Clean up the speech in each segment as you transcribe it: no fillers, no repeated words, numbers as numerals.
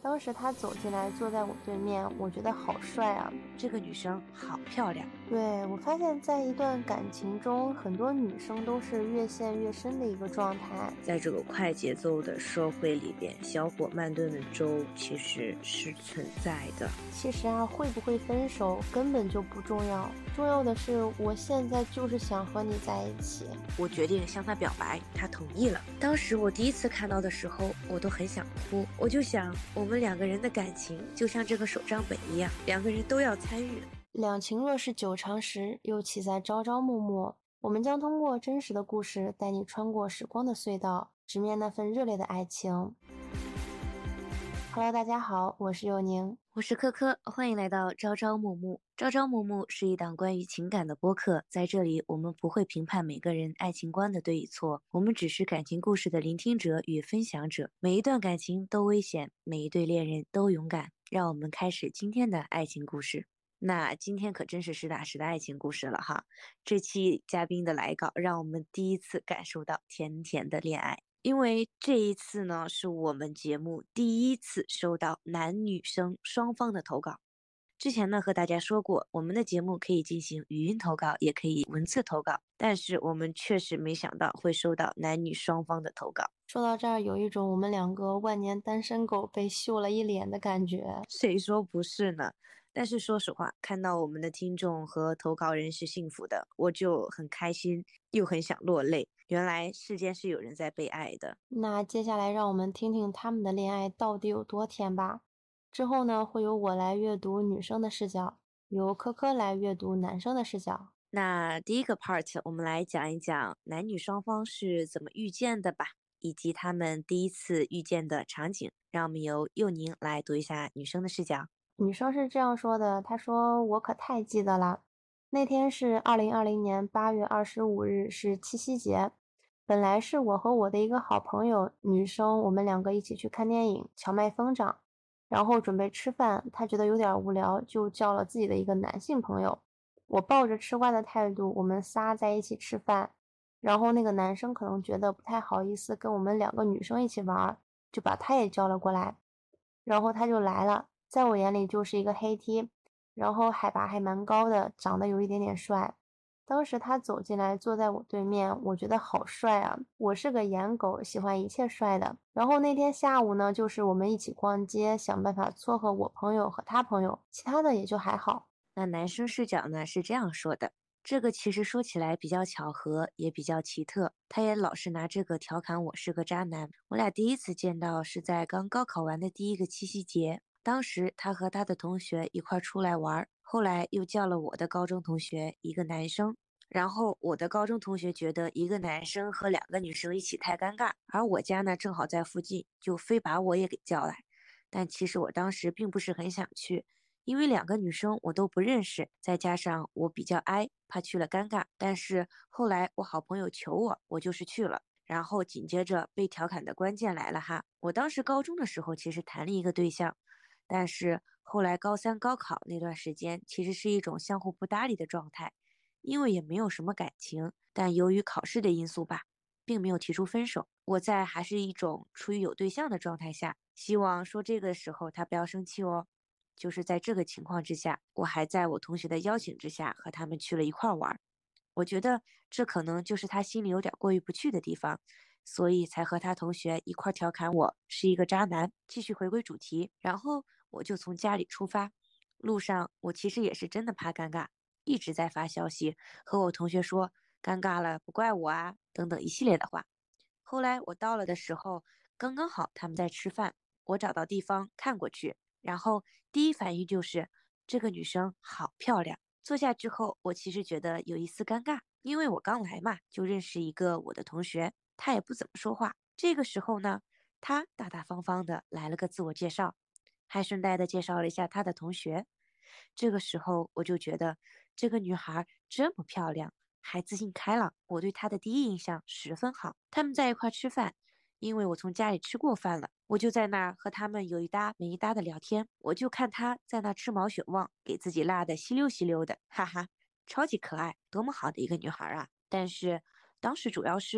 当时他走进来，坐在我对面，我觉得好帅啊！ 这个女生好漂亮。 对，我发现在一段感情中，很多女生都是越陷越深的一个状态。 在这个快节奏的社会里边，小火慢炖的粥其实是存在的。 其实啊，会不会分手根本就不重要，重要的是我现在就是想和你在一起。 我决定向他表白，他同意了。当时我第一次看到的时候，我都很想哭。我就想，我们两个人的感情就像这个手账本一样，两个人都要参与。 两情若是久长时，又岂在朝朝暮暮。我们将通过真实的故事，带你穿过时光的隧道，直面那份热烈的爱情。Hello，大家好，我是幼宁， 我是科科，欢迎来到朝朝暮暮。朝朝暮暮是一档关于情感的播客，在这里我们不会评判每个人爱情观的对与错，我们只是感情故事的聆听者与分享者。每一段感情都危险，每一对恋人都勇敢。让我们开始今天的爱情故事。那今天可真是实打实的爱情故事了哈！这期嘉宾的来稿，让我们第一次感受到甜甜的恋爱。因为这一次呢，是我们节目第一次收到男女生双方的投稿。之前呢，和大家说过，我们的节目可以进行语音投稿，也可以文字投稿，但是我们确实没想到会收到男女双方的投稿。 说到这儿，有一种我们两个万年单身狗被秀了一脸的感觉。 谁说不是呢？但是说实话，看到我们的听众和投稿人是幸福的，我就很开心，又很想落泪。原来世间是有人在被爱的。 那接下来让我们听听他们的恋爱到底有多甜吧。之后呢，会由我来阅读女生的视角，由科科来阅读男生的视角。 那第一个 part，我们来讲一讲男女双方是怎么遇见的吧，以及他们第一次遇见的场景。让我们由幼宁来读一下女生的视角。 女生是这样说的，她说：“我可太记得了，那天是2020年8月25日，是七夕节。本来是我和我的一个好朋友，女生，我们两个一起去看电影《荞麦疯长》，然后准备吃饭。她觉得有点无聊，就叫了自己的一个男性朋友。我抱着吃瓜的态度，我们仨在一起吃饭。然后那个男生可能觉得不太好意思跟我们两个女生一起玩，就把他也叫了过来。然后他就来了。”在我眼里就是一个黑 T，然后海拔还蛮高的，长得有一点点帅。当时他走进来，坐在我对面，我觉得好帅啊！我是个颜狗，喜欢一切帅的。然后那天下午呢，就是我们一起逛街，想办法撮合我朋友和他朋友，其他的也就还好。 那男生视角呢是这样说的，这个其实说起来比较巧合，也比较奇特。他也老是拿这个调侃我是个渣男。我俩第一次见到是在刚高考完的第一个七夕节，当时他和他的同学一块出来玩，后来又叫了我的高中同学一个男生。然后我的高中同学觉得一个男生和两个女生一起太尴尬，而我家呢正好在附近，就非把我也给叫来。但其实我当时并不是很想去，因为两个女生我都不认识，再加上我比较矮，怕去了尴尬。但是后来我好朋友求我，我就是去了。然后紧接着被调侃的关键来了哈，我当时高中的时候其实谈了一个对象，但是后来高三高考那段时间其实是一种相互不搭理的状态，因为也没有什么感情，但由于考试的因素吧，并没有提出分手。我在还是一种处于有对象的状态下，希望说这个时候他不要生气哦。就是在这个情况之下，我还在我同学的邀请之下和他们去了一块玩。我觉得这可能就是他心里有点过意不去的地方，所以才和他同学一块调侃我是一个渣男。继续回归主题，然后我就从家里出发，路上我其实也是真的怕尴尬，一直在发消息和我同学说尴尬了不怪我啊等等一系列的话。后来我到了的时候，刚刚好他们在吃饭，我找到地方看过去，然后第一反应就是这个女生好漂亮。坐下之后，我其实觉得有一丝尴尬，因为我刚来嘛，就认识一个我的同学，他也不怎么说话。这个时候呢，他大大方方的来了个自我介绍，还顺带的介绍了一下他的同学。这个时候我就觉得这个女孩这么漂亮，还自信开朗，我对她的第一印象十分好。他们在一块吃饭，因为我从家里吃过饭了，我就在那儿和他们有一搭没一搭的聊天。我就看她在那吃毛血旺，给自己辣的稀溜稀溜的，哈哈，超级可爱，多么好的一个女孩啊！但是当时主要是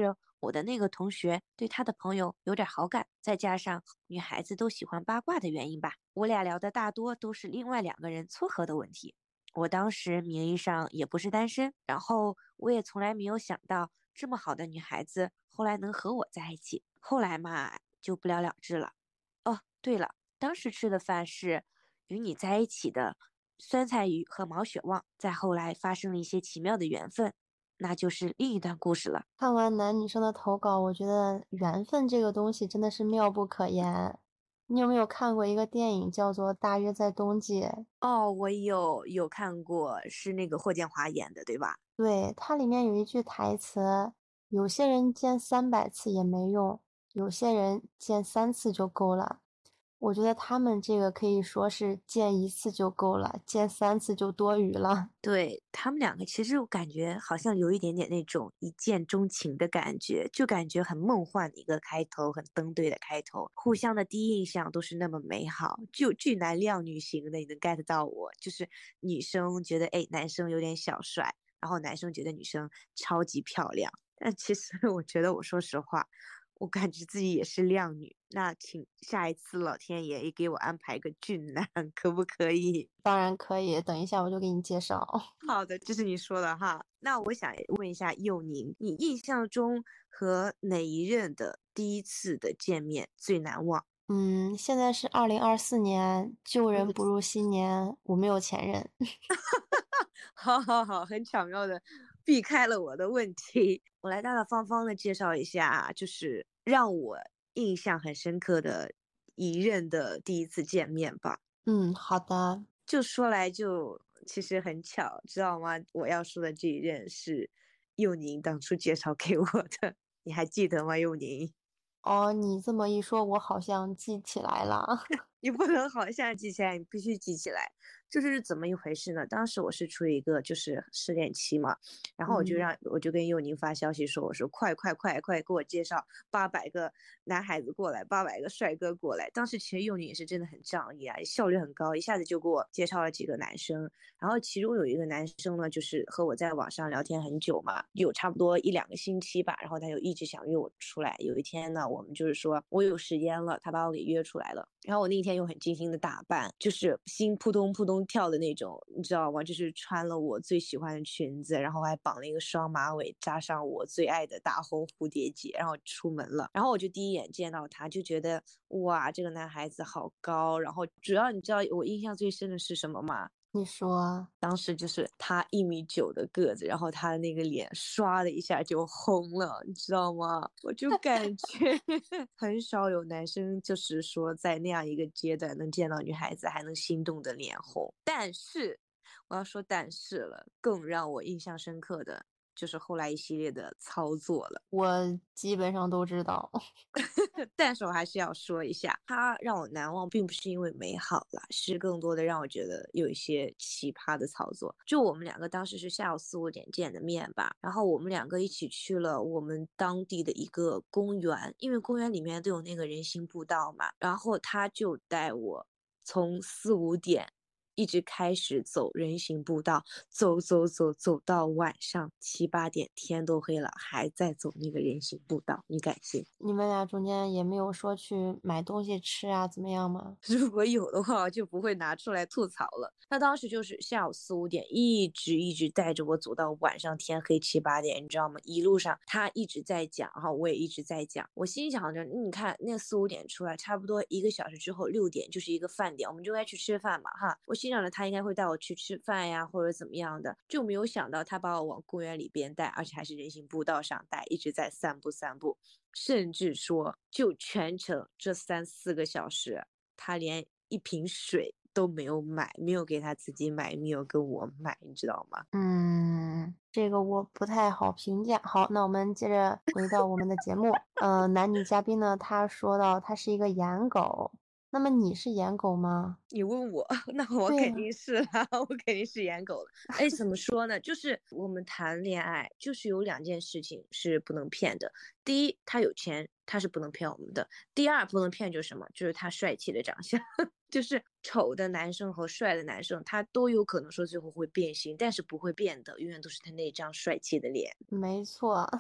我的那个同学对他的朋友有点好感，再加上女孩子都喜欢八卦的原因吧，我俩聊的大多都是另外两个人撮合的问题。我当时名义上也不是单身，然后我也从来没有想到这么好的女孩子后来能和我在一起。后来嘛，就不了了之了。哦，对了，当时吃的饭是与你在一起的酸菜鱼和毛血旺，再后来发生了一些奇妙的缘分，那就是另一段故事了。 看完男女生的投稿，我觉得缘分这个东西真的是妙不可言。你有没有看过一个电影叫做《大约在冬季》？ 哦，我有看过，是那个霍建华演的，对吧？ 对，它里面有一句台词：“有些人见300次也没用，有些人见3次就够了。”我觉得他们这个可以说是见1次就够了，见3次就多余了。 对，他们两个，其实我感觉好像有一点点那种一见钟情的感觉，就感觉很梦幻的一个开头，很登对的开头，互相的第一印象都是那么美好，就巨男靓女型的，你能 get 到我？就是女生觉得哎男生有点小帅，然后男生觉得女生超级漂亮，但其实我觉得，我说实话，我感觉自己也是靓女。那请下一次老天爷也给我安排个俊男，可不可以？ 当然可以，等一下我就给你介绍。 好的，这是你说的哈。那我想问一下佑宁，你印象中和哪一任的第一次的见面最难忘？ 嗯，现在是2024年，旧人嗯， 不入新年，我没有前任。 好好好，很巧妙的避开了我的问题。我来大大方方的介绍一下，就是让我印象很深刻的一任的第一次见面吧。 嗯，好的。 就说来就其实很巧，知道吗？我要说的这一任是佑宁当初介绍给我的，你还记得吗？佑宁？ 哦，你这么一说，我好像记起来了。 你不能好像记起来，你必须记起来。就是怎么一回事呢？当时我是处于一个就是失恋期嘛，然后嗯， 我就跟佑宁发消息说，我说快快快快给我介绍800个男孩子过来，800个帅哥过来。当时其实佑宁也是真的很仗义啊，效率很高，一下子就给我介绍了几个男生。然后其中有一个男生呢，就是和我在网上聊天很久嘛，有差不多1、2个星期吧，然后他就一直想约我出来。有一天呢，我们就是说我有时间了，他把我给约出来了。然后我那天又很精心的打扮，就是心扑通扑通跳的那种，你知道吗？就是穿了我最喜欢的裙子，然后还绑了一个双马尾，扎上我最爱的大红蝴蝶结，然后出门了。然后我就第一眼见到他，就觉得哇，这个男孩子好高。然后主要你知道我印象最深的是什么吗？ 你说。 当时就是他1米9的个子，然后他的那个脸唰的一下就红了，你知道吗？我就感觉很少有男生就是说在那样一个阶段能见到女孩子还能心动的脸红。但是我要说但是了，更让我印象深刻的就是后来一系列的操作了。 我基本上都知道。 但是我还是要说一下，他让我难忘，并不是因为美好啦，是更多的让我觉得有一些奇葩的操作。就我们两个当时是下午4、5点见的面吧，然后我们两个一起去了我们当地的一个公园，因为公园里面都有那个人行步道嘛，然后他就带我从4、5点一直开始走人行步道，走到晚上7、8点，天都黑了，还在走那个人行步道，你敢信？ 你们俩中间也没有说去买东西吃啊，怎么样吗？ 如果有的话，就不会拿出来吐槽了。他当时就是下午4、5点，一直带着我走到晚上天黑7、8点，你知道吗？一路上他一直在讲，然后我也一直在讲。我心想着，你看那4、5点出来，差不多1个小时之后6点就是一个饭点，我们就该去吃饭嘛，哈。我心想着他应该会带我去吃饭呀，或者怎么样的，就没有想到他把我往公园里边带，而且还是人行步道上带，一直在散步。甚至说，就全程这3、4个小时，他连一瓶水都没有买，没有给他自己买，没有跟我买，你知道吗？ 这个我不太好评价。好，那我们接着回到我们的节目。男女嘉宾呢，他说到他是一个颜狗，那么你是颜狗吗？ 你问我，那我对呀。 肯定是啦，我肯定是颜狗了。哎，怎么说呢？就是我们谈恋爱，就是有2件事情是不能骗的。第一，他有钱，他是不能骗我们的；第二，不能骗就是什么？就是他帅气的长相。就是丑的男生和帅的男生，他都有可能说最后会变心，但是不会变的，永远都是他那张帅气的脸。 没错。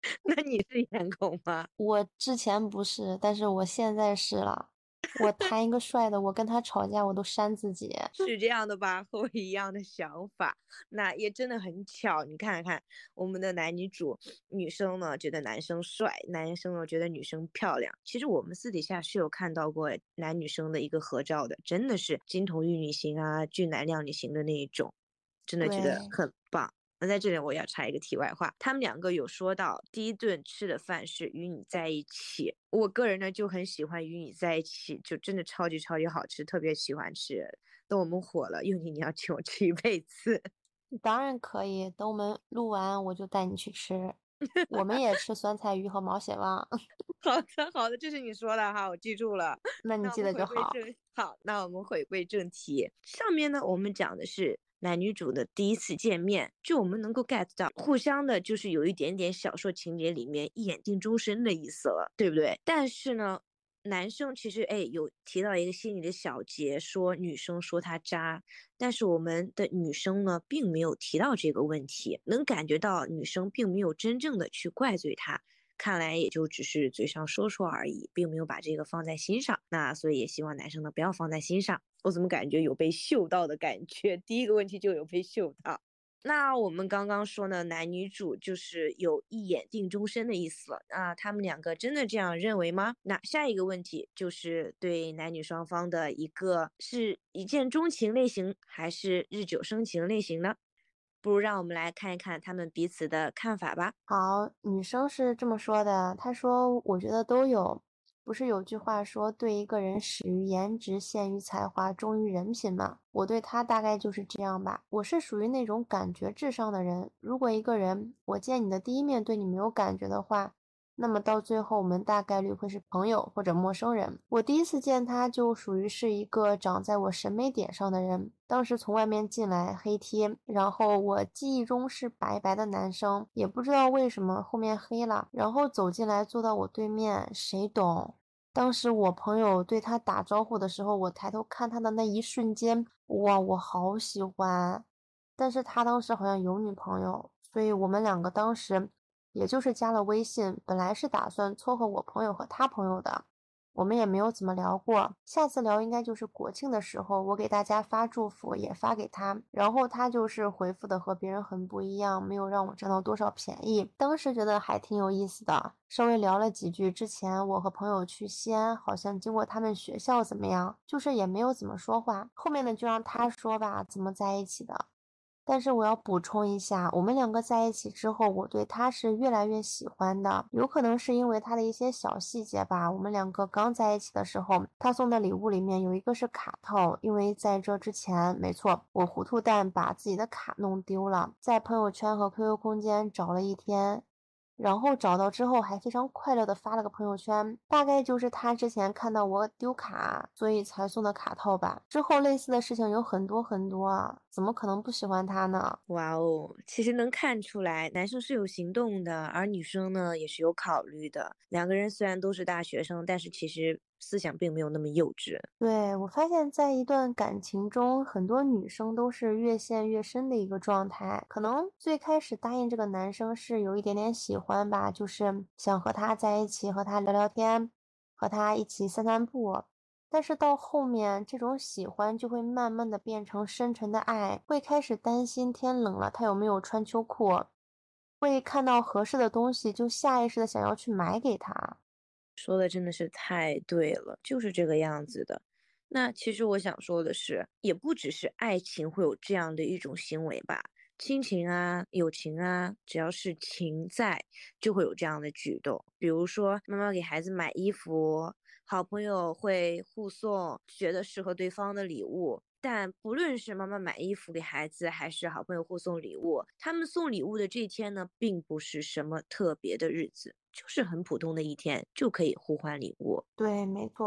那你是颜控吗？ 我之前不是，但是我现在是了。我谈一个帅的，我跟他吵架我都扇自己。 是这样的吧，和我一样的想法，那也真的很巧。你看看我们的男女主，女生呢觉得男生帅，男生呢觉得女生漂亮。其实我们私底下是有看到过男女生的一个合照的，真的是金童玉女型啊，俊男靓女型的那一种，真的觉得对， 很棒。那在这里我要插一个题外话，他们两个有说到第一顿吃的饭是与你在一起，我个人呢就很喜欢与你在一起，就真的超级超级好吃，特别喜欢吃。等我们火了，用你要请我吃一辈子。 当然可以，等我们录完我就带你去吃。我们也吃酸菜鱼和毛血旺， 好的，好的，这是你说的哈，我记住了。 那你记那我们得就好。 回归正，好，那我们回归正题。上面呢，我们讲的是男女主的第一次见面，就我们能够 get 到互相的，就是有一点点小说情节里面一眼定终身的意思了，对不对？但是呢，男生其实有提到一个心里的小结，说女生说他渣，但是我们的女生呢，并没有提到这个问题，能感觉到女生并没有真正的去怪罪他。看来也就只是嘴上说说而已，并没有把这个放在心上。那所以也希望男生呢不要放在心上。我怎么感觉有被嗅到的感觉？第一个问题就有被嗅到。那我们刚刚说呢，男女主就是有一眼定终身的意思了。那他们两个真的这样认为吗？那下一个问题就是对男女双方的一个是一见钟情类型，还是日久生情类型呢？不如让我们来看一看他们彼此的看法吧。 好，女生是这么说的，她说：“我觉得都有，不是有句话说，对一个人始于颜值，陷于才华，忠于人品吗？我对他大概就是这样吧。我是属于那种感觉至上的人，如果一个人我见你的第一面对你没有感觉的话，那么到最后我们大概率会是朋友或者陌生人。我第一次见他就属于是一个长在我审美点上的人，当时从外面进来黑 T，然后我记忆中是白白的男生，也不知道为什么后面黑了，然后走进来坐到我对面，谁懂？当时我朋友对他打招呼的时候，我抬头看他的那一瞬间，哇，我好喜欢。但是他当时好像有女朋友，所以我们两个当时也就是加了微信，本来是打算撮合我朋友和他朋友的，我们也没有怎么聊过。下次聊应该就是国庆的时候，我给大家发祝福，也发给他，然后他就是回复的和别人很不一样，没有让我占到多少便宜。当时觉得还挺有意思的，稍微聊了几句。之前我和朋友去西安，好像经过他们学校怎么样，就是也没有怎么说话。后面的就让他说吧，怎么在一起的。但是我要补充一下，我们两个在一起之后，我对他是越来越喜欢的，有可能是因为他的一些小细节吧。我们两个刚在一起的时候，他送的礼物里面有一个是卡套，因为在这之前，没错，我糊涂蛋把自己的卡弄丢了，在朋友圈和 QQ 空间找了一天，然后找到之后还非常快乐的发了个朋友圈，大概就是他之前看到我丢卡，所以才送的卡套吧。之后类似的事情有很多很多啊，怎么可能不喜欢他呢？ 哇哦，其实能看出来，男生是有行动的，而女生呢也是有考虑的。两个人虽然都是大学生，但是其实思想并没有那么幼稚。 对，我发现在一段感情中，很多女生都是越陷越深的一个状态。可能最开始答应这个男生是有一点点喜欢吧，就是想和他在一起，和他聊聊天，和他一起散散步。但是到后面，这种喜欢就会慢慢的变成深沉的爱，会开始担心天冷了他有没有穿秋裤，会看到合适的东西就下意识的想要去买给他。 说的真的是太对了，就是这个样子的。那其实我想说的是，也不只是爱情会有这样的一种行为吧，亲情啊、友情啊，只要是情在，就会有这样的举动。比如说，妈妈给孩子买衣服，好朋友会互送觉得适合对方的礼物。但不论是妈妈买衣服给孩子，还是好朋友互送礼物，他们送礼物的这一天呢，并不是什么特别的日子，就是很普通的一天，就可以互换礼物。 对，没错。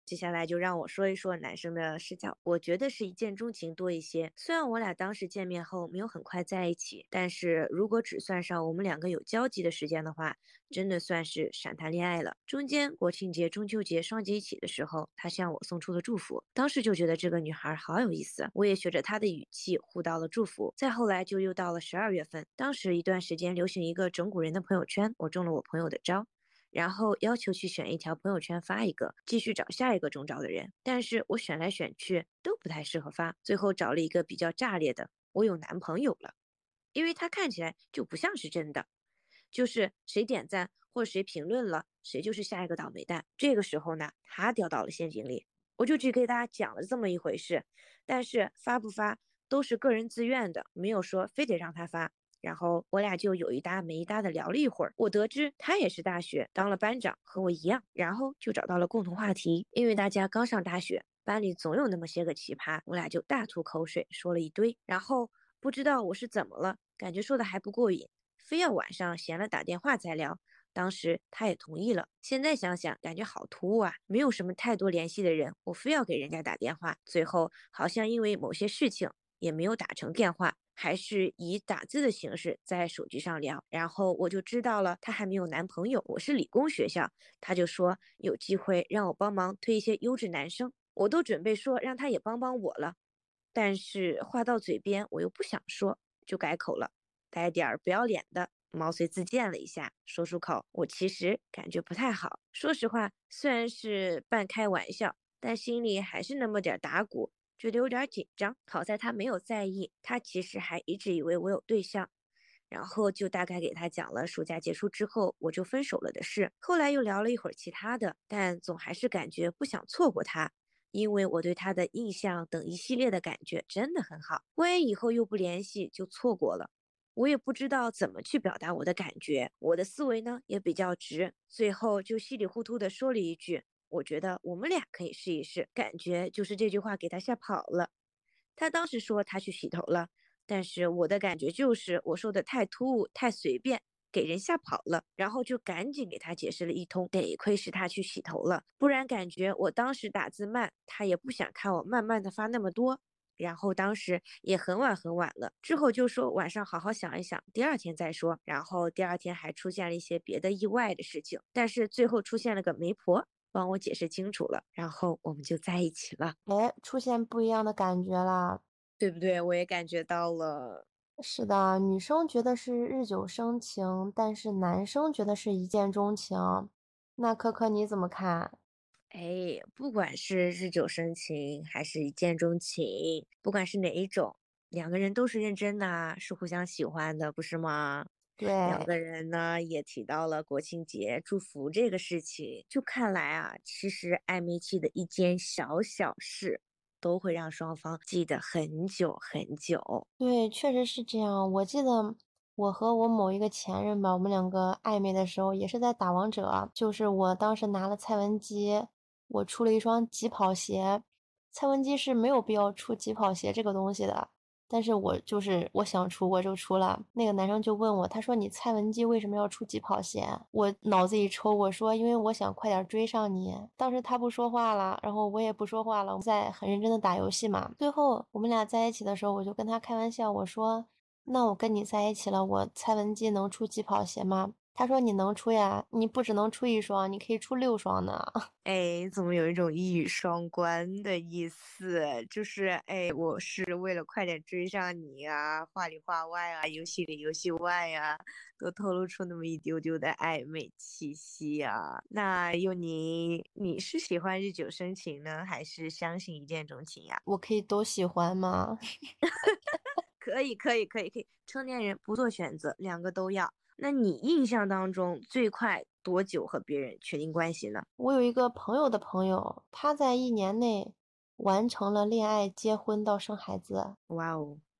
接下来就让我说一说男生的视角，我觉得是一见钟情多一些。虽然我俩当时见面后没有很快在一起，但是如果只算上我们两个有交集的时间的话，真的算是闪谈恋爱了。中间国庆节、中秋节双节一起的时候，他向我送出了祝福，当时就觉得这个女孩好有意思，我也学着她的语气互道了祝福。再后来就又到了12月份，当时一段时间流行一个整蛊人的朋友圈，我中了我朋友的招。然后要求去选一条朋友圈发一个，继续找下一个中招的人。但是我选来选去都不太适合发，最后找了一个比较炸裂的，我有男朋友了，因为他看起来就不像是真的，就是谁点赞或者谁评论了，谁就是下一个倒霉蛋。这个时候呢，他掉到了陷阱里，我就只给大家讲了这么一回事，但是发不发都是个人自愿的，没有说非得让他发。然后我俩就有一搭没一搭的聊了一会儿，我得知他也是大学当了班长，和我一样，然后就找到了共同话题，因为大家刚上大学，班里总有那么些个奇葩，我俩就大吐口水说了一堆，然后不知道我是怎么了，感觉说的还不过瘾，非要晚上闲了打电话再聊。当时他也同意了，现在想想感觉好突兀啊，没有什么太多联系的人，我非要给人家打电话，最后好像因为某些事情也没有打成电话，还是以打字的形式在手机上聊。然后我就知道了，她还没有男朋友，我是理工学校，他就说有机会让我帮忙推一些优质男生，我都准备说让他也帮帮我了，但是话到嘴边我又不想说，就改口了，带点不要脸的。毛遂自荐了一下，说出口，我其实感觉不太好。说实话，虽然是半开玩笑，但心里还是那么点打鼓，觉得有点紧张。好在他没有在意，他其实还一直以为我有对象。然后就大概给他讲了暑假结束之后我就分手了的事。后来又聊了一会儿其他的，但总还是感觉不想错过他，因为我对他的印象等一系列的感觉真的很好。万一以后又不联系，就错过了。我也不知道怎么去表达我的感觉，我的思维呢也比较直，最后就稀里糊涂的说了一句，我觉得我们俩可以试一试，感觉就是这句话给他吓跑了。他当时说他去洗头了，但是我的感觉就是我说的太突兀、太随便，给人吓跑了，然后就赶紧给他解释了一通，得亏是他去洗头了，不然感觉我当时打字慢，他也不想看我慢慢的发那么多。然后当时也很晚很晚了，之后就说晚上好好想一想，第二天再说。然后第二天还出现了一些别的意外的事情，但是最后出现了个媒婆，帮我解释清楚了，然后我们就在一起了， 哎，出现不一样的感觉啦。 对不对？我也感觉到了。 是的，女生觉得是日久生情，但是男生觉得是一见钟情。那可可你怎么看？ 哎，不管是日久生情还是一见钟情，不管是哪一种，两个人都是认真的啊，是互相喜欢的，不是吗？两对， 个人呢也提到了国庆节祝福这个事情，就看来啊，其实暧昧期的一件小小事，都会让双方记得很久很久。 对，确实是这样。我记得我和我某一个前任吧，我们两个暧昧的时候也是在打王者，就是我当时拿了蔡文姬，我出了一双疾跑鞋，蔡文姬是没有必要出疾跑鞋这个东西的，但是我就是我想出我就出了。那个男生就问我，他说你蔡文姬为什么要出疾跑鞋？我脑子一抽，我说因为我想快点追上你。当时他不说话了，然后我也不说话了，我们在很认真的打游戏嘛。最后我们俩在一起的时候，我就跟他开玩笑，我说那我跟你在一起了，我蔡文姬能出疾跑鞋吗？他说你能出呀，你不只能出一双，你可以出6双呢。 哎，怎么有一种一语双关的意思？就是哎，我是为了快点追上你啊，话里话外啊，游戏里游戏外啊，都透露出那么一丢丢的暧昧气息啊。那又你是喜欢日久生情呢，还是相信一见钟情呀？ 我可以都喜欢吗？ 可以，可以，可以，可以。成年人不做选择，两个都要。那你印象当中最快多久和别人确定关系呢？ 我有一个朋友的朋友，他在1年内完成了恋爱、结婚到生孩子。 哇哦！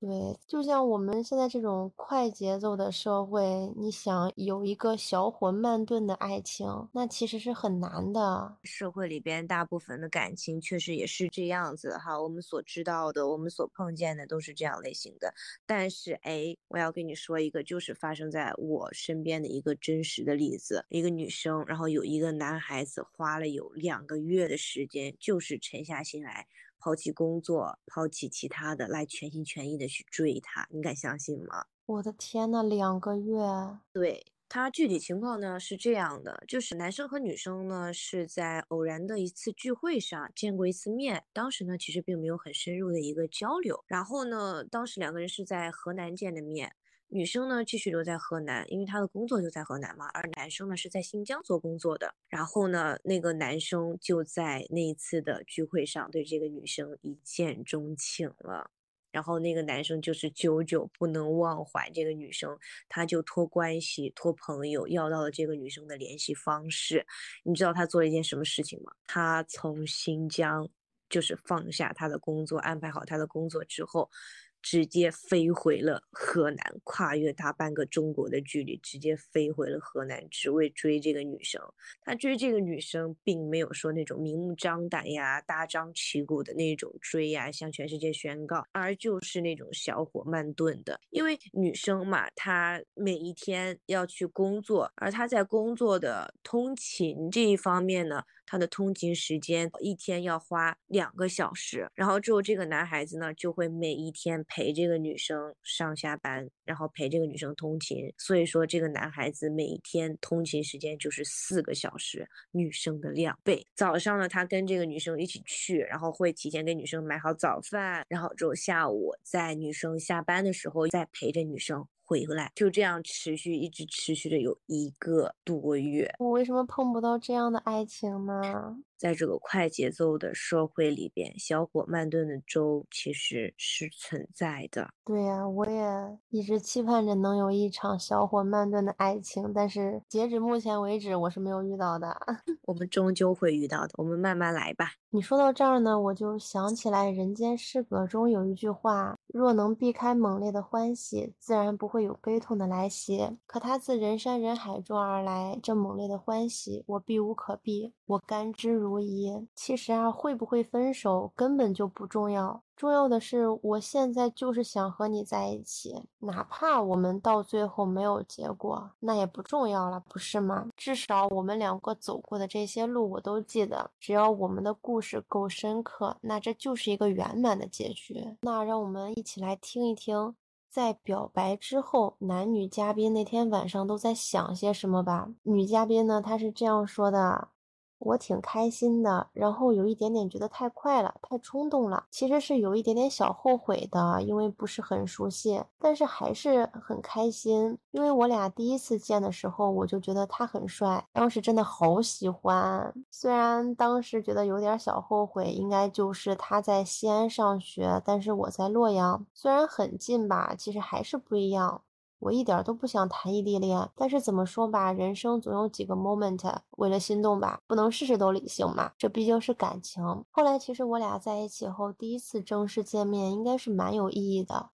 对，就像我们现在这种快节奏的社会，你想有一个小火慢炖的爱情，那其实是很难的。 社会里边大部分的感情确实也是这样子哈，我们所知道的，我们所碰见的都是这样类型的。但是，哎，我要跟你说一个，就是发生在我身边的一个真实的例子。一个女生，然后有一个男孩子花了有2个月的时间，就是沉下心来，抛弃工作，抛弃其他的，来全心全意的去追她。你敢相信吗？ 我的天呐2个月。 他具体情况呢是这样的，就是男生和女生呢是在偶然的一次聚会上见过一次面，当时呢其实并没有很深入的一个交流。然后呢，当时两个人是在河南见的面，女生呢继续留在河南，因为她的工作就在河南嘛，而男生呢是在新疆做工作的。然后呢，那个男生就在那一次的聚会上对这个女生一见钟情了。然后那个男生就是久久不能忘怀这个女生，他就托关系、托朋友要到了这个女生的联系方式。你知道他做了一件什么事情吗？他从新疆就是放下他的工作，安排好他的工作之后，直接飞回了河南，跨越大半个中国的距离，直接飞回了河南，只为追这个女生。他追这个女生，并没有说那种明目张胆呀、大张旗鼓的那种追呀，向全世界宣告，而就是那种小火慢炖的。因为女生嘛，她每一天要去工作，而她在工作的通勤这一方面呢，她的通勤时间一天要花2个小时，然后之后这个男孩子呢，就会每一天陪这个女生上下班，然后陪这个女生通勤，所以说这个男孩子每一天通勤时间就是4个小时，女生的2倍。早上呢，他跟这个女生一起去，然后会提前给女生买好早饭，然后之后下午在女生下班的时候再陪着女生回来，就这样一直持续的有1个多月。 我为什么碰不到这样的爱情呢？ 在这个快节奏的社会里边，小火慢炖的粥其实是存在的。 对呀，我也一直期盼着能有一场小火慢炖的爱情，但是截止目前为止，我是没有遇到的。 我们终究会遇到的，我们慢慢来吧。 你说到这儿呢，我就想起来《人间失格》中有一句话：“若能避开猛烈的欢喜，自然不会有悲痛的来袭。可他自人山人海中而来，这猛烈的欢喜，我避无可避，我甘之如饴。”其实啊，会不会分手根本就不重要。重要的是，我现在就是想和你在一起，哪怕我们到最后没有结果，那也不重要了，不是吗？至少我们两个走过的这些路我都记得，只要我们的故事够深刻，那这就是一个圆满的结局。那让我们一起来听一听，在表白之后，男女嘉宾那天晚上都在想些什么吧。女嘉宾呢，她是这样说的：我挺开心的，然后有一点点觉得太快了，太冲动了。其实是有一点点小后悔的，因为不是很熟悉，但是还是很开心。因为我俩第一次见的时候，我就觉得他很帅，当时真的好喜欢。虽然当时觉得有点小后悔，应该就是他在西安上学，但是我在洛阳，虽然很近吧，其实还是不一样。我一点都不想谈异地恋，但是怎么说吧，人生总有几个 moment，为了心动吧，不能事事都理性嘛，这毕竟是感情。后来其实我俩在一起后，第一次正式见面应该是蛮有意义的。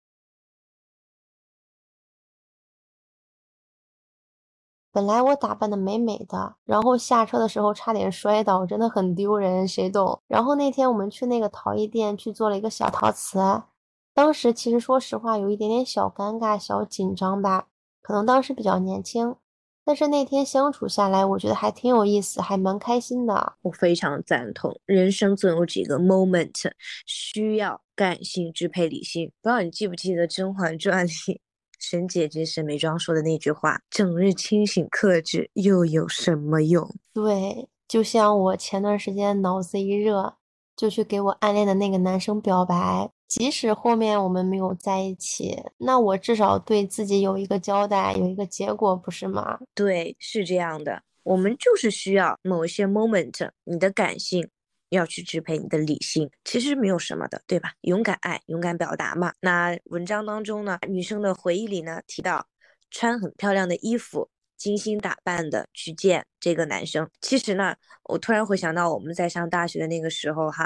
本来我打扮的美美的，然后下车的时候差点摔倒，真的很丢人，谁懂？然后那天我们去那个陶艺店去做了一个小陶瓷，当时其实说实话有一点点小尴尬、小紧张吧，可能当时比较年轻，但是那天相处下来，我觉得还挺有意思，还蛮开心的。 我非常赞同，人生总有几个 moment 需要感性支配理性。不知道你记不记得《甄嬛传》里沈姐姐沈眉庄说的那句话：整日清醒克制又有什么用？ 对，就像我前段时间脑子一热，就去给我暗恋的那个男生表白，即使后面我们没有在一起，那我至少对自己有一个交代，有一个结果，不是吗？ 对，是这样的，我们就是需要某一些 moment，你的感性要去支配你的理性，其实没有什么的，对吧？勇敢爱，勇敢表达嘛。那文章当中呢，女生的回忆里呢提到，穿很漂亮的衣服，精心打扮的去见这个男生。其实呢，我突然回想到我们在上大学的那个时候哈。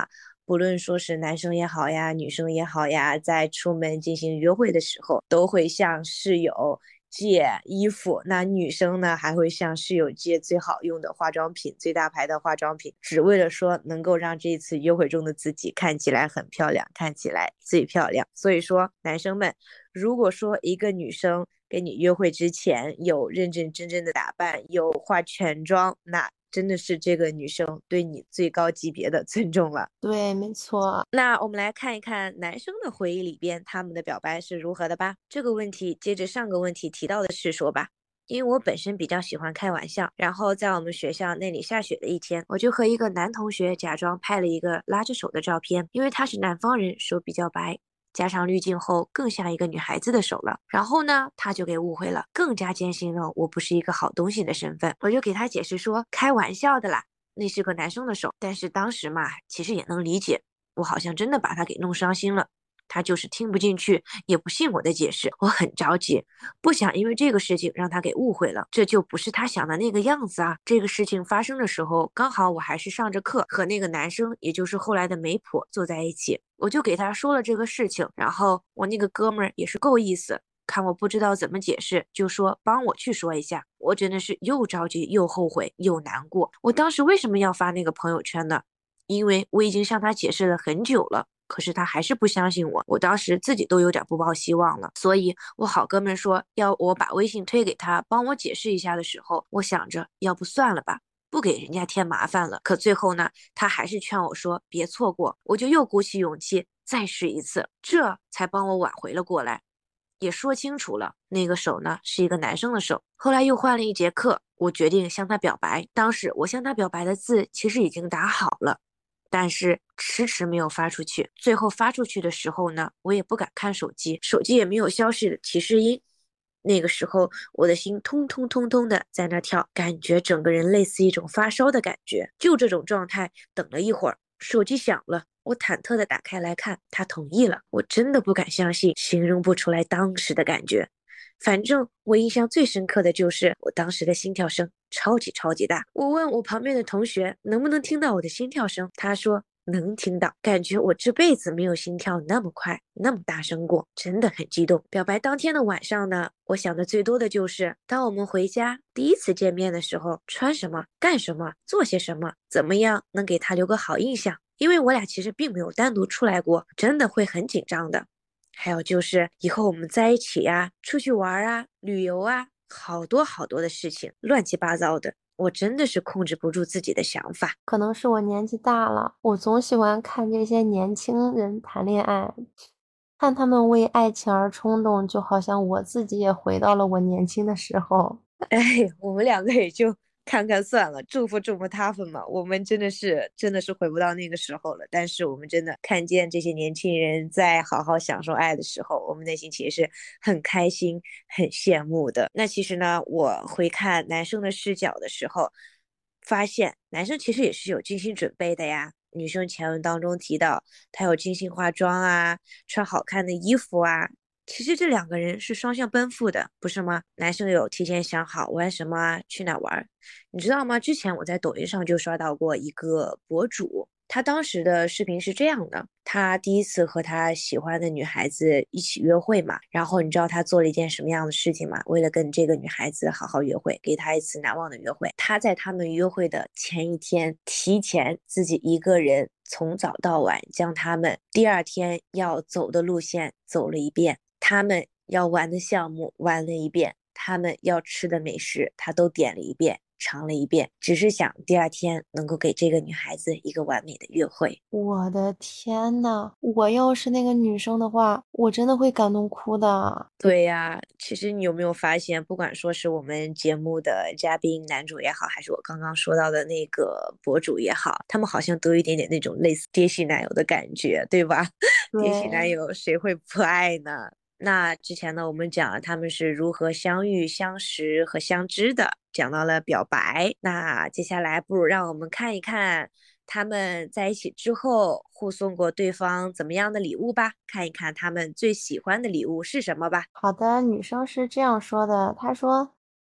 不论说是男生也好呀，女生也好呀，在出门进行约会的时候，都会向室友借衣服。那女生呢，还会向室友借最好用的化妆品，最大牌的化妆品，只为了说能够让这一次约会中的自己看起来很漂亮，看起来最漂亮。所以说，男生们，如果说一个女生跟你约会之前有认认真真的打扮，有化全妆，那真的是这个女生对你最高级别的尊重了。 对，没错。 那我们来看一看男生的回忆里边，他们的表白是如何的吧。这个问题接着上个问题提到的是说吧，因为我本身比较喜欢开玩笑，然后在我们学校那里下雪的一天，我就和一个男同学假装拍了一个拉着手的照片，因为他是南方人，手比较白，加上滤镜后更像一个女孩子的手了。然后呢，他就给误会了，更加坚信了我不是一个好东西的身份。我就给他解释说，开玩笑的啦，那是个男生的手。但是当时嘛，其实也能理解，我好像真的把他给弄伤心了。他就是听不进去，也不信我的解释，我很着急，不想因为这个事情让他给误会了，这就不是他想的那个样子啊。这个事情发生的时候，刚好我还是上着课，和那个男生，也就是后来的媒婆坐在一起，我就给他说了这个事情，然后我那个哥们儿也是够意思，看我不知道怎么解释，就说帮我去说一下。我真的是又着急又后悔又难过。我当时为什么要发那个朋友圈呢？因为我已经向他解释了很久了，可是他还是不相信我，我当时自己都有点不抱希望了。所以我好哥们说要我把微信推给他，帮我解释一下的时候，我想着要不算了吧，不给人家添麻烦了。可最后呢，他还是劝我说别错过，我就又鼓起勇气再试一次，这才帮我挽回了过来。也说清楚了，那个手呢是一个男生的手。后来又换了一节课，我决定向他表白。当时我向他表白的字其实已经打好了，但是迟迟没有发出去。最后发出去的时候呢，我也不敢看手机，手机也没有消息的提示音。那个时候，我的心通通通通的在那跳，感觉整个人类似一种发烧的感觉。就这种状态，等了一会儿，手机响了，我忐忑的打开来看，他同意了。我真的不敢相信，形容不出来当时的感觉。反正我印象最深刻的就是我当时的心跳声超级超级大。我问我旁边的同学能不能听到我的心跳声，他说能听到，感觉我这辈子没有心跳那么快那么大声过，真的很激动。表白当天的晚上呢，我想的最多的就是当我们回家第一次见面的时候，穿什么干什么做些什么，怎么样能给他留个好印象。因为我俩其实并没有单独出来过，真的会很紧张的。还有就是以后我们在一起呀，出去玩啊，旅游啊，好多好多的事情，乱七八糟的，我真的是控制不住自己的想法。 可能是我年纪大了，我总喜欢看这些年轻人谈恋爱，看他们为爱情而冲动，就好像我自己也回到了我年轻的时候。 哎，我们两个也就看看算了，祝福祝福他们嘛。我们真的是回不到那个时候了，但是我们真的看见这些年轻人在好好享受爱的时候，我们内心其实是很开心、很羡慕的。那其实呢，我回看男生的视角的时候，发现男生其实也是有精心准备的呀。女生前文当中提到，他有精心化妆啊，穿好看的衣服啊，其实这两个人是双向奔赴的，不是吗？男生有提前想好玩什么啊，去哪玩，你知道吗？之前我在抖音上就刷到过一个博主，他当时的视频是这样的：他第一次和他喜欢的女孩子一起约会嘛，然后你知道他做了一件什么样的事情吗？为了跟这个女孩子好好约会，给她一次难忘的约会，他在他们约会的前一天，提前自己一个人从早到晚将他们第二天要走的路线走了一遍。他们要玩的项目玩了一遍，他们要吃的美食他都点了一遍，尝了一遍，只是想第二天能够给这个女孩子一个完美的约会。 我的天呐，我要是那个女生的话，我真的会感动哭的。 对呀，其实你有没有发现，不管说是我们节目的嘉宾男主也好，还是我刚刚说到的那个博主也好，他们好像都有一点点那种类似爹系男友的感觉，对吧？爹系男对， 友谁会不爱呢？那之前呢，我们讲了他们是如何相遇、相识和相知的，讲到了表白。那接下来，不如让我们看一看他们在一起之后互送过对方怎么样的礼物吧，看一看他们最喜欢的礼物是什么吧。 好的，女生是这样说的，她说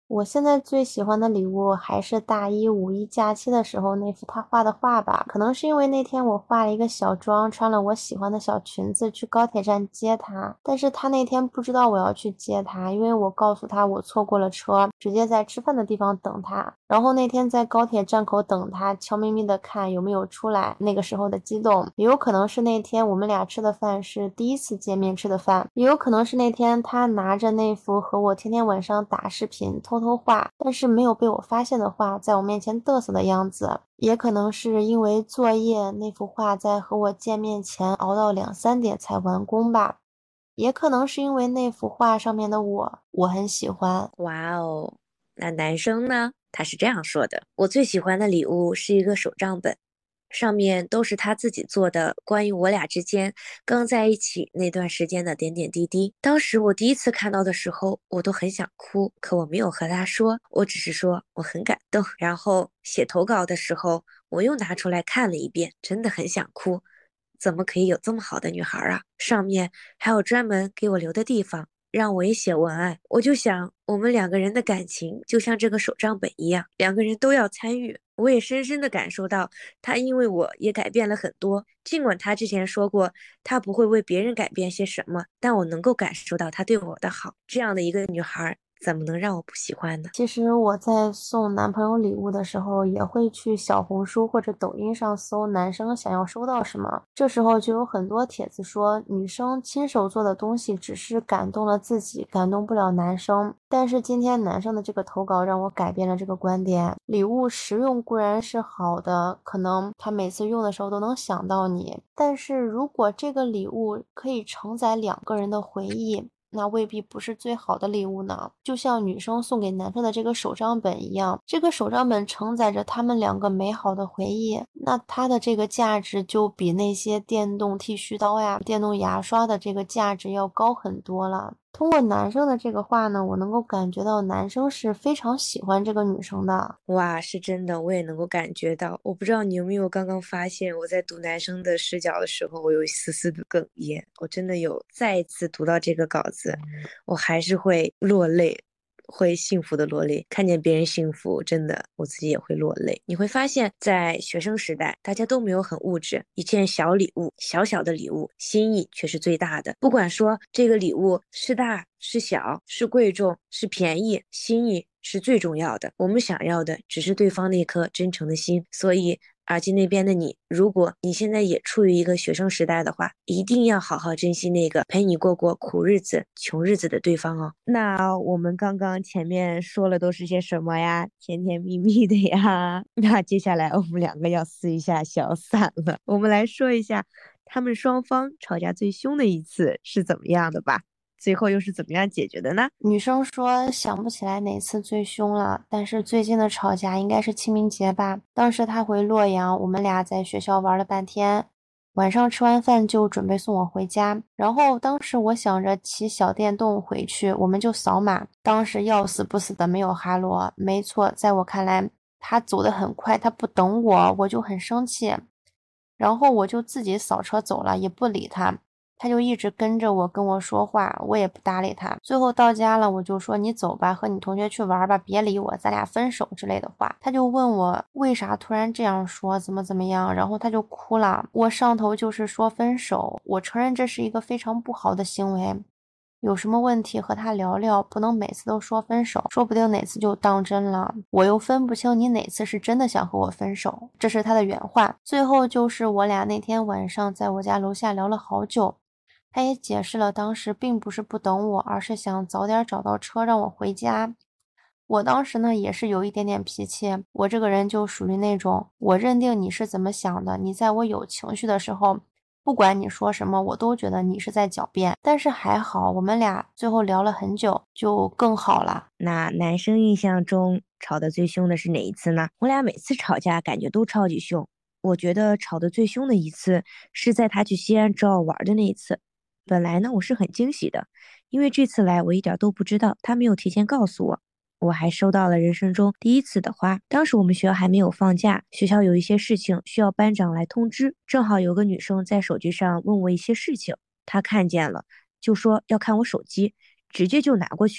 我现在最喜欢的礼物还是大一五一假期的时候那幅他画的画吧，可能是因为那天我化了一个小妆，穿了我喜欢的小裙子去高铁站接他，但是他那天不知道我要去接他，因为我告诉他我错过了车，直接在吃饭的地方等他，然后那天在高铁站口等他，悄咪咪的看有没有出来，那个时候的激动，也有可能是那天我们俩吃的饭是第一次见面吃的饭，也有可能是那天他拿着那幅和我天天晚上打视频偷偷画，但是没有被我发现的画，在我面前嘚瑟的样子，也可能是因为作业那幅画在和我见面前熬到2、3点才完工吧，也可能是因为那幅画上面的我很喜欢。 哇哦，那男生呢？他是这样说的：我最喜欢的礼物是一个手账本，上面都是他自己做的关于我俩之间刚在一起那段时间的点点滴滴。当时我第一次看到的时候，我都很想哭，可我没有和他说，我只是说我很感动。然后写投稿的时候，我又拿出来看了一遍，真的很想哭。怎么可以有这么好的女孩啊？上面还有专门给我留的地方，让我也写文案。我就想，我们两个人的感情就像这个手账本一样，两个人都要参与。我也深深的感受到，他因为我也改变了很多。尽管他之前说过，他不会为别人改变些什么，但我能够感受到他对我的好。这样的一个女孩，怎么能让我不喜欢呢？ 其实我在送男朋友礼物的时候，也会去小红书或者抖音上搜男生想要收到什么。这时候就有很多帖子说，女生亲手做的东西只是感动了自己，感动不了男生。但是今天男生的这个投稿让我改变了这个观点。礼物实用固然是好的，可能他每次用的时候都能想到你。但是如果这个礼物可以承载两个人的回忆，那未必不是最好的礼物呢。就像女生送给男生的这个手账本一样，这个手账本承载着他们两个美好的回忆，那它的这个价值就比那些电动剃须刀呀、电动牙刷的这个价值要高很多了。通过男生的这个话呢，我能够感觉到男生是非常喜欢这个女生的。 哇，是真的，我也能够感觉到。我不知道你有没有刚刚发现，我在读男生的视角的时候，我有一丝丝的哽咽。我真的有再一次读到这个稿子，我还是会落泪，会幸福的落泪。看见别人幸福，真的我自己也会落泪。你会发现在学生时代，大家都没有很物质，一件小礼物，小小的礼物，心意却是最大的。不管说这个礼物是大是小，是贵重是便宜，心意是最重要的。我们想要的只是对方那颗真诚的心。所以耳机那边的你，如果你现在也处于一个学生时代的话，一定要好好珍惜那个陪你过过苦日子、穷日子的对方哦。那我们刚刚前面说了都是些什么呀？甜甜蜜蜜的呀。那接下来我们两个要撕一下小伞了。我们来说一下他们双方吵架最凶的一次是怎么样的吧。最后又是怎么样解决的呢？ 女生说想不起来哪次最凶了，但是最近的吵架应该是清明节吧。当时她回洛阳，我们俩在学校玩了半天，晚上吃完饭就准备送我回家。然后当时我想着骑小电动回去，我们就扫码。当时要死不死的没有哈罗，没错，在我看来，他走得很快，他不等我，我就很生气。然后我就自己扫车走了，也不理他。他就一直跟着我跟我说话，我也不搭理他。最后到家了，我就说你走吧，和你同学去玩吧，别理我，咱俩分手之类的话。他就问我为啥突然这样说，怎么样，然后他就哭了。我上头就是说分手，我承认这是一个非常不好的行为。有什么问题和他聊聊，不能每次都说分手，说不定哪次就当真了。我又分不清你哪次是真的想和我分手，这是他的原话。最后就是我俩那天晚上在我家楼下聊了好久，他也解释了当时并不是不等我，而是想早点找到车让我回家。我当时呢也是有一点点脾气，我这个人就属于那种，我认定你是怎么想的，你在我有情绪的时候，不管你说什么，我都觉得你是在狡辩。但是还好，我们俩最后聊了很久，就更好了。 那男生印象中吵得最凶的是哪一次呢？我俩每次吵架感觉都超级凶。我觉得吵得最凶的一次是在他去西安找我玩的那一次。本来呢，我是很惊喜的，因为这次来我一点都不知道，他没有提前告诉我。我还收到了人生中第一次的花。当时我们学校还没有放假，学校有一些事情需要班长来通知，正好有个女生在手机上问我一些事情，她看见了，就说要看我手机，直接就拿过去了。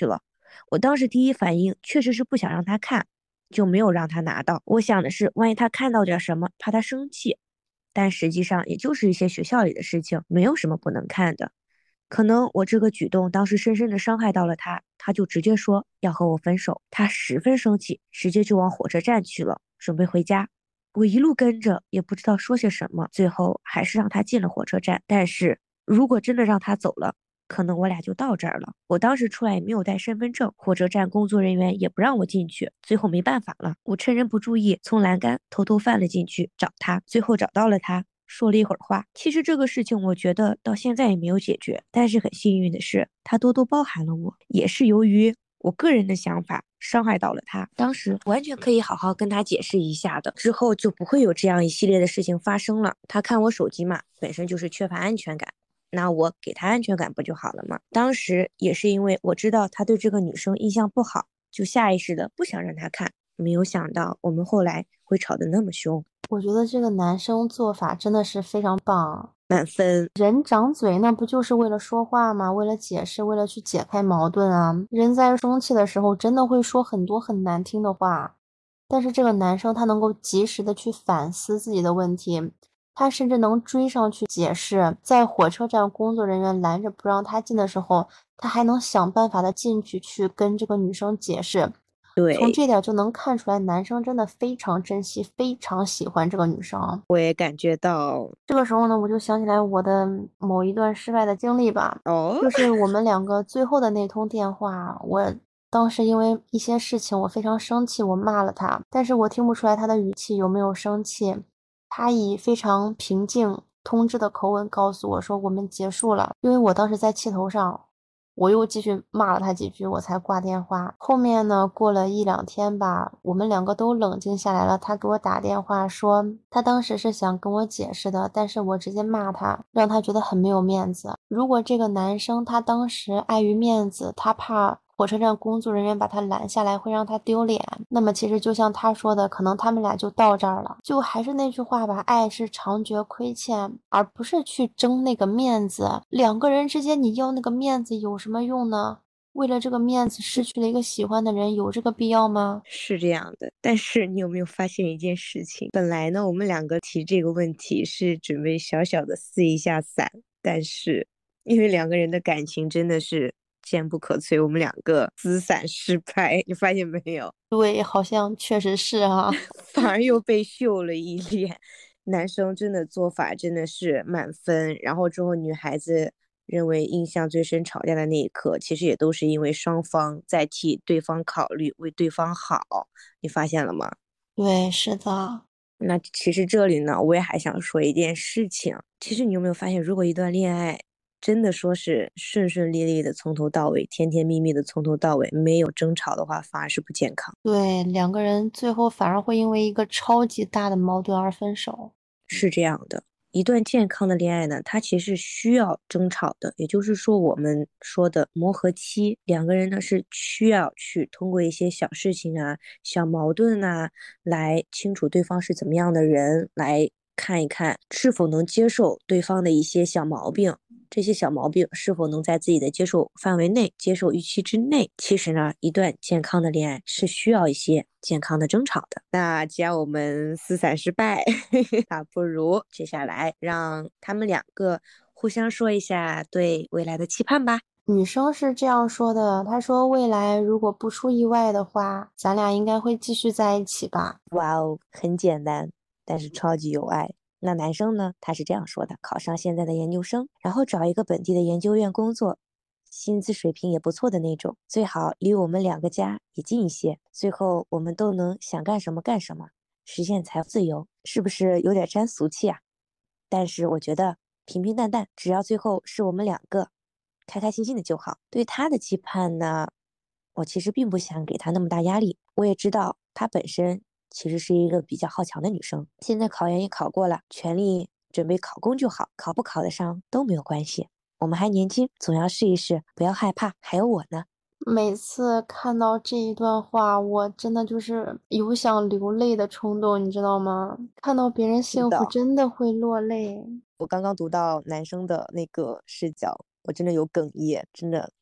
我当时第一反应确实是不想让他看，就没有让他拿到。我想的是，万一他看到点什么，怕他生气。但实际上也就是一些学校里的事情，没有什么不能看的。可能我这个举动当时深深的伤害到了他，他就直接说要和我分手。他十分生气，直接就往火车站去了，准备回家。我一路跟着，也不知道说些什么，最后还是让他进了火车站。但是如果真的让他走了，可能我俩就到这儿了。我当时出来也没有带身份证，火车站工作人员也不让我进去，最后没办法了，我趁人不注意从栏杆偷偷翻了进去找他，最后找到了他。说了一会儿话，其实这个事情我觉得到现在也没有解决，但是很幸运的是，他多多包涵了我，也是由于我个人的想法伤害到了他，当时完全可以好好跟他解释一下的，之后就不会有这样一系列的事情发生了。他看我手机嘛，本身就是缺乏安全感，那我给他安全感不就好了吗？当时也是因为我知道他对这个女生印象不好，就下意识的不想让他看，没有想到我们后来会吵得那么凶。 我觉得这个男生做法真的是非常棒。 满分。 人长嘴那不就是为了说话吗？为了解释，为了去解开矛盾啊。人在生气的时候真的会说很多很难听的话，但是这个男生他能够及时的去反思自己的问题，他甚至能追上去解释。在火车站工作人员拦着不让他进的时候，他还能想办法的进去跟这个女生解释。从对， 这点就能看出来，男生真的非常珍惜，非常喜欢这个女生。 我也感觉到。 这个时候呢，我就想起来我的某一段失败的经历吧， 哦， 就是我们两个最后的那通电话，我当时因为一些事情我非常生气，我骂了他，但是我听不出来他的语气有没有生气，他以非常平静、通知的口吻告诉我说我们结束了，因为我当时在气头上。我又继续骂了他几句，我才挂电话。后面呢，过了一两天吧，我们两个都冷静下来了。他给我打电话说，他当时是想跟我解释的，但是我直接骂他，让他觉得很没有面子。如果这个男生他当时碍于面子，他怕火车站工作人员把他拦下来会让他丢脸，那么其实就像他说的，可能他们俩就到这儿了。就还是那句话吧，爱是长觉亏欠，而不是去争那个面子。两个人之间你要那个面子有什么用呢？为了这个面子失去了一个喜欢的人，有这个必要吗？ 是这样的，但是你有没有发现一件事情？本来呢，我们两个提这个问题是准备小小的撕一下伞，但是因为两个人的感情真的是坚不可摧，我们两个撕伞失败，你发现没有？ 对，好像确实是啊。 反而又被秀了一脸。男生真的做法真的是满分，然后之后女孩子认为印象最深吵架的那一刻，其实也都是因为双方在替对方考虑，为对方好，你发现了吗？ 对，是的。 那其实这里呢，我也还想说一件事情。其实你有没有发现，如果一段恋爱真的说是顺顺利利的从头到尾，甜甜蜜蜜的从头到尾，没有争吵的话，反而是不健康。 对，两个人最后反而会因为一个超级大的矛盾而分手。 是这样的，一段健康的恋爱呢，它其实需要争吵的，也就是说我们说的磨合期，两个人呢是需要去通过一些小事情啊、小矛盾啊，来清楚对方是怎么样的人，来看一看是否能接受对方的一些小毛病。这些小毛病是否能在自己的接受范围内、接受预期之内？其实呢，一段健康的恋爱是需要一些健康的争吵的。那既然我们四散失败，那不如接下来让他们两个互相说一下对未来的期盼吧。 女生是这样说的，她说未来如果不出意外的话，咱俩应该会继续在一起吧。 哇哦，很简单，但是超级有爱。那男生呢？他是这样说的：考上现在的研究生，然后找一个本地的研究院工作，薪资水平也不错的那种，最好离我们两个家也近一些。最后我们都能想干什么干什么，实现财富自由，是不是有点沾俗气啊？但是我觉得平平淡淡，只要最后是我们两个开开心心的就好。对他的期盼呢，我其实并不想给他那么大压力。我也知道她本身其实是一个比较好强的女生，现在考研也考过了，全力准备考公就好，考不考得上都没有关系。我们还年轻，总要试一试，不要害怕。还有我呢。 每次看到这一段话，我真的就是有想流泪的冲动，你知道吗？看到别人幸福， 是的， 真的会落泪。 我刚刚读到男生的那个视角，我真的有哽咽，真的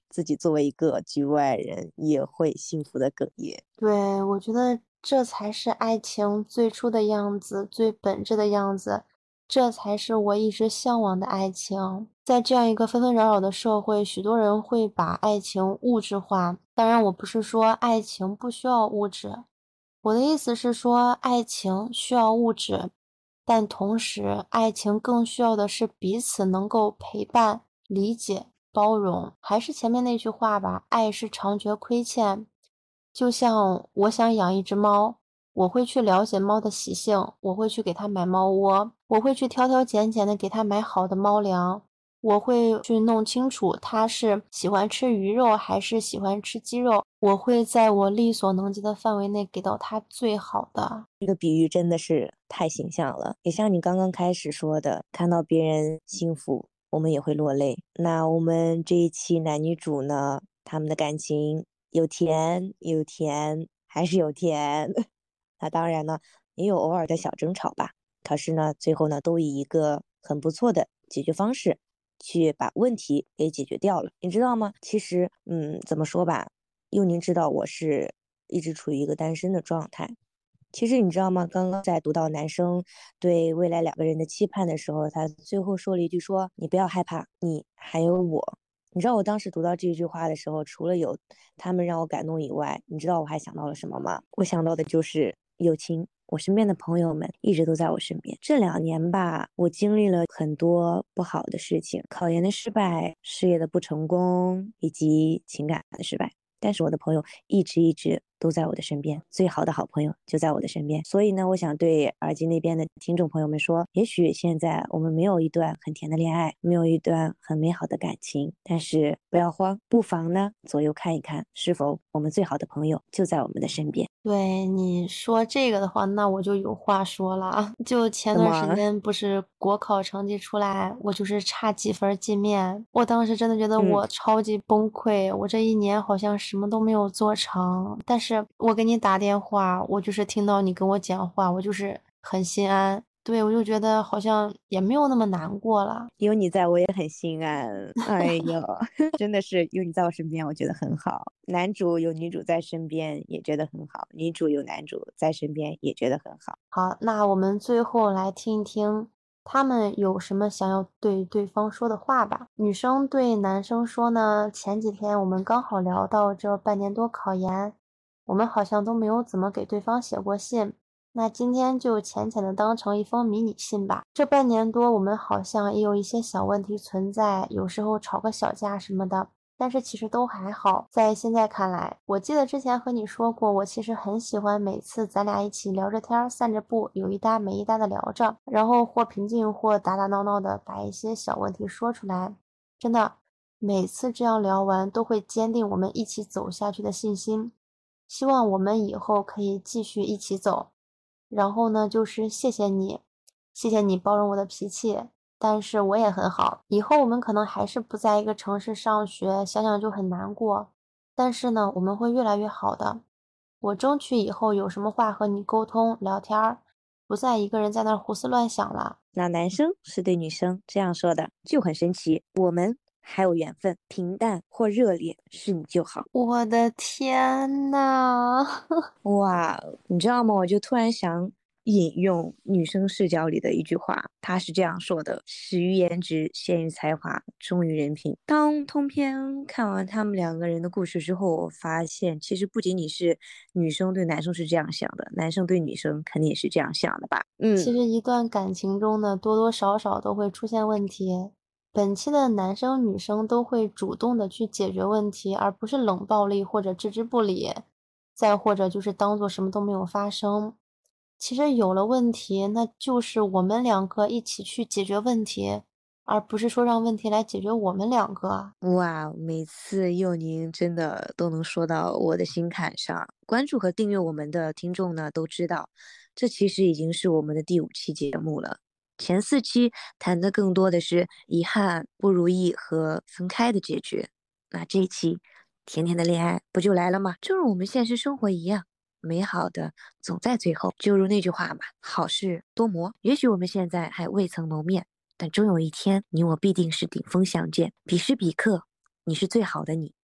自己作为一个局外人也会幸福的哽咽。 对，我觉得这才是爱情最初的样子，最本质的样子，这才是我一直向往的爱情。在这样一个纷纷扰扰的社会，许多人会把爱情物质化。当然，我不是说爱情不需要物质，我的意思是说，爱情需要物质，但同时，爱情更需要的是彼此能够陪伴、理解、包容。还是前面那句话吧，爱是常觉亏欠。就像我想养一只猫，我会去了解猫的习性，我会去给它买猫窝，我会去挑挑拣拣的给它买好的猫粮，我会去弄清楚它是喜欢吃鱼肉还是喜欢吃鸡肉，我会在我力所能及的范围内给到它最好的。 这个比喻真的是太形象了，也像你刚刚开始说的，看到别人幸福，我们也会落泪。那我们这一期男女主呢，他们的感情有甜有甜，还是有甜。那当然呢，也有偶尔的小争吵吧。可是呢，最后呢，都以一个很不错的解决方式去把问题给解决掉了。你知道吗？其实，怎么说吧，佑宁知道我是一直处于一个单身的状态。其实你知道吗？刚刚在读到男生对未来两个人的期盼的时候，他最后说了一句说：“你不要害怕，你还有我。”你知道我当时读到这句话的时候，除了有他们让我感动以外，你知道我还想到了什么吗？我想到的就是友情。我身边的朋友们一直都在我身边。这2年吧，我经历了很多不好的事情，考研的失败、事业的不成功，以及情感的失败。但是我的朋友一直都在我的身边，最好的好朋友就在我的身边。所以呢，我想对耳机那边的听众朋友们说，也许现在我们没有一段很甜的恋爱，没有一段很美好的感情，但是不要慌，不妨呢左右看一看，是否我们最好的朋友就在我们的身边。 对，你说这个的话，那我就有话说了啊。就前段时那么， 间不是国考成绩出来，我就是差几分儿进面，我当时真的觉得嗯， 我超级崩溃，我这一年好像什么都没有做成。但是我给你打电话，我就是听到你跟我讲话，我就是很心安。对，我就觉得好像也没有那么难过了。 有你在我也很心安。哎呦，真的是有你在我身边，我觉得很好。男主有女主在身边，也觉得很好；女主有男主在身边，也觉得很好。 好，那我们最后来听一听他们有什么想要对对方说的话吧。女生对男生说呢，前几天我们刚好聊到这半年多考研，我们好像都没有怎么给对方写过信。那今天就浅浅的当成一封迷你信吧。这半年多，我们好像也有一些小问题存在，有时候吵个小架什么的。但是其实都还好，在现在看来，我记得之前和你说过，我其实很喜欢每次咱俩一起聊着天儿、散着步，有一搭没一搭的聊着，然后或平静或打打闹闹的把一些小问题说出来。真的，每次这样聊完，都会坚定我们一起走下去的信心。希望我们以后可以继续一起走。然后呢，就是谢谢你，谢谢你包容我的脾气。但是我也很好，以后我们可能还是不在一个城市上学，想想就很难过。但是呢，我们会越来越好的。我争取以后有什么话和你沟通聊天儿，不再一个人在那儿胡思乱想了。 那男生是对女生这样说的，就很神奇。我们还有缘分，平淡或热烈，是你就好。 我的天呐！ 哇，你知道吗？我就突然想引用女生视角里的一句话，她是这样说的：始于颜值，陷于才华，忠于人品。当通篇看完他们两个人的故事之后，我发现其实不仅仅是女生对男生是这样想的，男生对女生肯定也是这样想的吧？ 其实一段感情中呢，多多少少都会出现问题。本期的男生女生都会主动的去解决问题，而不是冷暴力或者置之不理，再或者就是当做什么都没有发生。其实有了问题，那就是我们两个一起去解决问题，而不是说让问题来解决我们两个。 哇，每次佑宁真的都能说到我的心坎上。关注和订阅我们的听众呢，都知道，这其实已经是我们的第5期节目了。前4期谈的更多的是遗憾、不如意和分开的结局。那这一期，甜甜的恋爱不就来了吗？正如我们现实生活一样，美好的总在最后。就如那句话嘛，好事多磨。也许我们现在还未曾谋面。但终有一天，你我必定是顶峰相见。彼时彼刻，你是最好的你，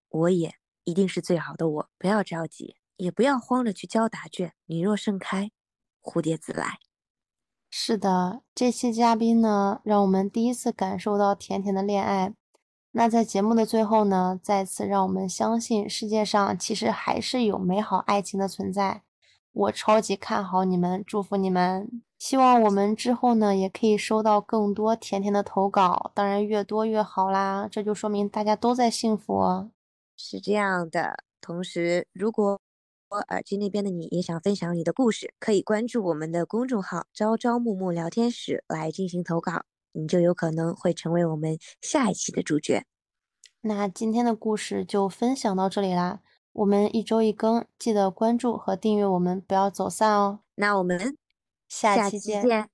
我也一定是最好的我，不要着急，也不要慌着去交答卷。你若盛开，蝴蝶自来。 是的，这期嘉宾呢，让我们第一次感受到甜甜的恋爱。那在节目的最后呢，再次让我们相信世界上其实还是有美好爱情的存在。我超级看好你们，祝福你们。希望我们之后呢，也可以收到更多甜甜的投稿，当然越多越好啦，这就说明大家都在幸福哦。 是这样的，同时，如果耳机那边的你也想分享你的故事，可以关注我们的公众号“朝朝暮暮聊天室”来进行投稿，你就有可能会成为我们下一期的主角。 那今天的故事就分享到这里啦，我们一周一更，记得关注和订阅我们，不要走散哦。 那我们下下期见。 期见。